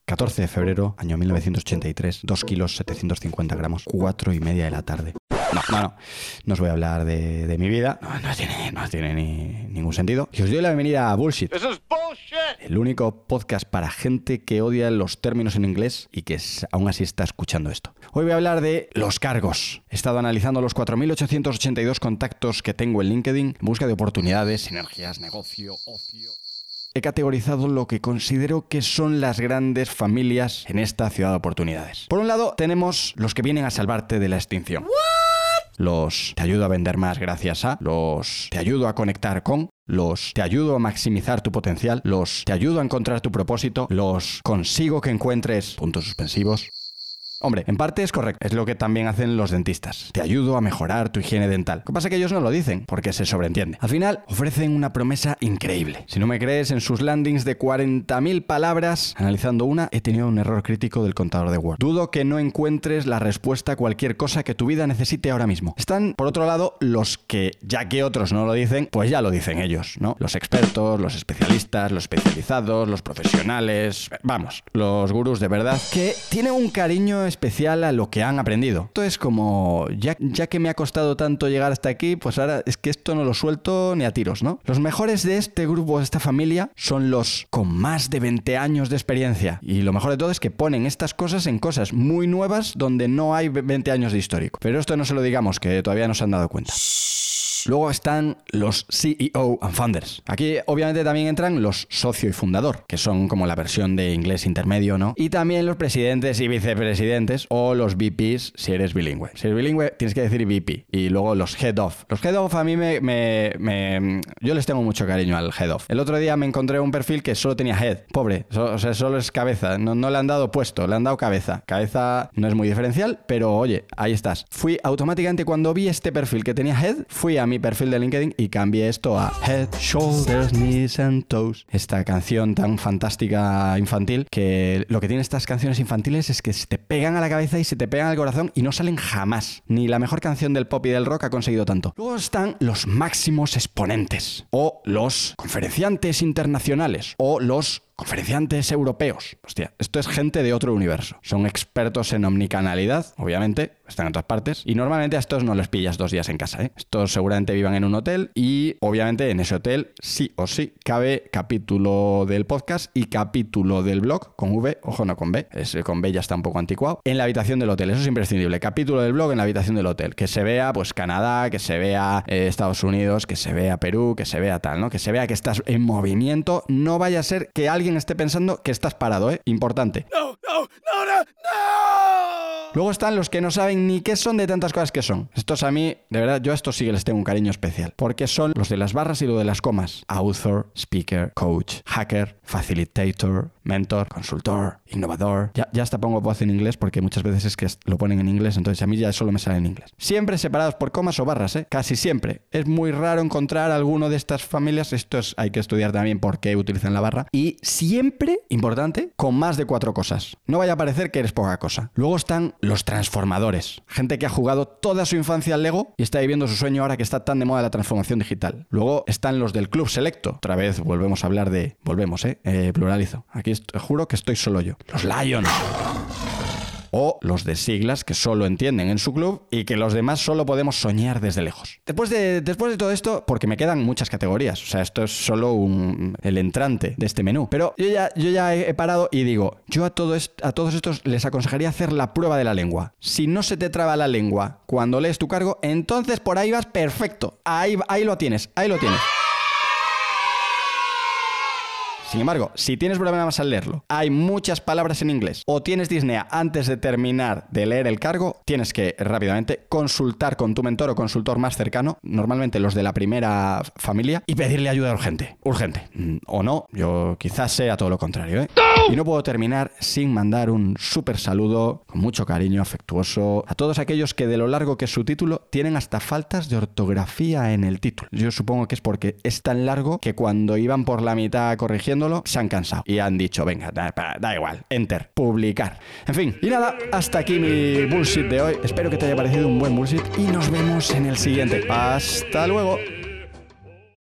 14 de febrero, año 1983, 2 kilos 750 gramos, 4:30 de la tarde. No os voy a hablar de mi vida. No tiene ningún sentido. Y os doy la bienvenida a Bullshit. This is bullshit. El único podcast para gente que odia los términos en inglés y que aún así está escuchando esto. Hoy voy a hablar de los cargos. He estado analizando los 4.882 contactos que tengo en LinkedIn en busca de oportunidades, sinergias, negocio, ocio. He categorizado lo que considero que son las grandes familias en esta ciudad de oportunidades. Por un lado, tenemos los que vienen a salvarte de la extinción. Los te ayudo a vender más gracias a, los te ayudo a conectar con, los te ayudo a maximizar tu potencial, los te ayudo a encontrar tu propósito, los consigo que encuentres puntos suspensivos. Hombre, en parte es correcto, es lo que también hacen los dentistas. Te ayudo a mejorar tu higiene dental. Lo que pasa es que ellos no lo dicen, porque se sobreentiende. Al final, ofrecen una promesa increíble. Si no me crees, en sus landings de 40.000 palabras, analizando una, he tenido un error crítico del contador de Word. Dudo que no encuentres la respuesta a cualquier cosa que tu vida necesite ahora mismo. Están, por otro lado, los que, ya que otros no lo dicen, pues ya lo dicen ellos, ¿no? Los expertos, los especialistas, los especializados, los profesionales, vamos, los gurús de verdad, que tienen un cariño especial a lo que han aprendido. Esto es como, ya que me ha costado tanto llegar hasta aquí, pues ahora es que esto no lo suelto ni a tiros, ¿no? Los mejores de este grupo, de esta familia, son los con más de 20 años de experiencia. Y lo mejor de todo es que ponen estas cosas en cosas muy nuevas donde no hay 20 años de histórico. Pero esto no se lo digamos, que todavía no se han dado cuenta. Luego están los CEO and Founders. Aquí obviamente también entran los socio y fundador, que son como la versión de inglés intermedio, ¿no? Y también los presidentes y vicepresidentes o los VPs si eres bilingüe. Si eres bilingüe tienes que decir VP. Y luego los Head of. Los Head of a mí yo les tengo mucho cariño al Head of. El otro día me encontré un perfil que solo tenía Head. Pobre. O sea, solo es cabeza. No le han dado puesto, le han dado cabeza. Cabeza no es muy diferencial, pero oye, ahí estás. Fui automáticamente cuando vi este perfil que tenía Head, fui a mi perfil de LinkedIn y cambié esto a Head, Shoulders, Knees and Toes. Esta canción tan fantástica infantil, que lo que tienen estas canciones infantiles es que se te pegan a la cabeza y se te pegan al corazón y no salen jamás. Ni la mejor canción del pop y del rock ha conseguido tanto. Luego están los máximos exponentes o los conferenciantes internacionales o los conferenciantes europeos. Hostia, esto es gente de otro universo. Son expertos en omnicanalidad, obviamente, están en todas partes, y normalmente a estos no les pillas 2 días en casa, ¿eh? Estos seguramente vivan en un hotel y, obviamente, en ese hotel, sí o sí, cabe capítulo del podcast y capítulo del blog, con V, ojo, no con B, con B ya está un poco anticuado, en la habitación del hotel. Eso es imprescindible. Capítulo del blog en la habitación del hotel. Que se vea, pues, Canadá, que se vea Estados Unidos, que se vea Perú, que se vea tal, ¿no? Que se vea que estás en movimiento. No vaya a ser que alguien esté pensando que estás parado, ¿eh? Importante. No. Luego están los que no saben ni qué son de tantas cosas que son. Estos a mí, de verdad, yo a estos sí que les tengo un cariño especial. Porque son los de las barras y lo de las comas. Author, speaker, coach, hacker, facilitator, mentor, consultor, innovador. Ya hasta pongo voz en inglés porque muchas veces es que lo ponen en inglés, entonces a mí ya solo me sale en inglés. Siempre separados por comas o barras, ¿eh? Casi siempre. Es muy raro encontrar alguno de estas familias. Hay que estudiar también por qué utilizan la barra. Y siempre, importante, con más de 4 cosas. No vaya a parecer que eres poca cosa. Luego están los transformadores. Gente que ha jugado toda su infancia al Lego y está viviendo su sueño ahora que está tan de moda la transformación digital. Luego están los del club selecto. Otra vez volvemos a hablar de... pluralizo. Aquí juro que estoy solo yo. Los Lions. O los de siglas que solo entienden en su club y que los demás solo podemos soñar desde lejos. Después de todo esto, porque me quedan muchas categorías, o sea, esto es solo el entrante de este menú, pero yo ya he parado y digo, yo a todos estos les aconsejaría hacer la prueba de la lengua. Si no se te traba la lengua cuando lees tu cargo, entonces por ahí vas perfecto. Ahí lo tienes. Sin embargo, si tienes problemas al leerlo, hay muchas palabras en inglés o tienes disnea antes de terminar de leer el cargo, tienes que rápidamente consultar con tu mentor o consultor más cercano, normalmente los de la primera familia, y pedirle ayuda urgente. O no, yo quizás sea todo lo contrario, ¿eh? Y no puedo terminar sin mandar un súper saludo con mucho cariño afectuoso a todos aquellos que de lo largo que es su título tienen hasta faltas de ortografía en el título. Yo supongo que es porque es tan largo que cuando iban por la mitad corrigiéndolo se han cansado y han dicho, venga, da igual, enter, publicar. En fin, y nada, hasta aquí mi bullshit de hoy. Espero que te haya parecido un buen bullshit y nos vemos en el siguiente. Hasta luego.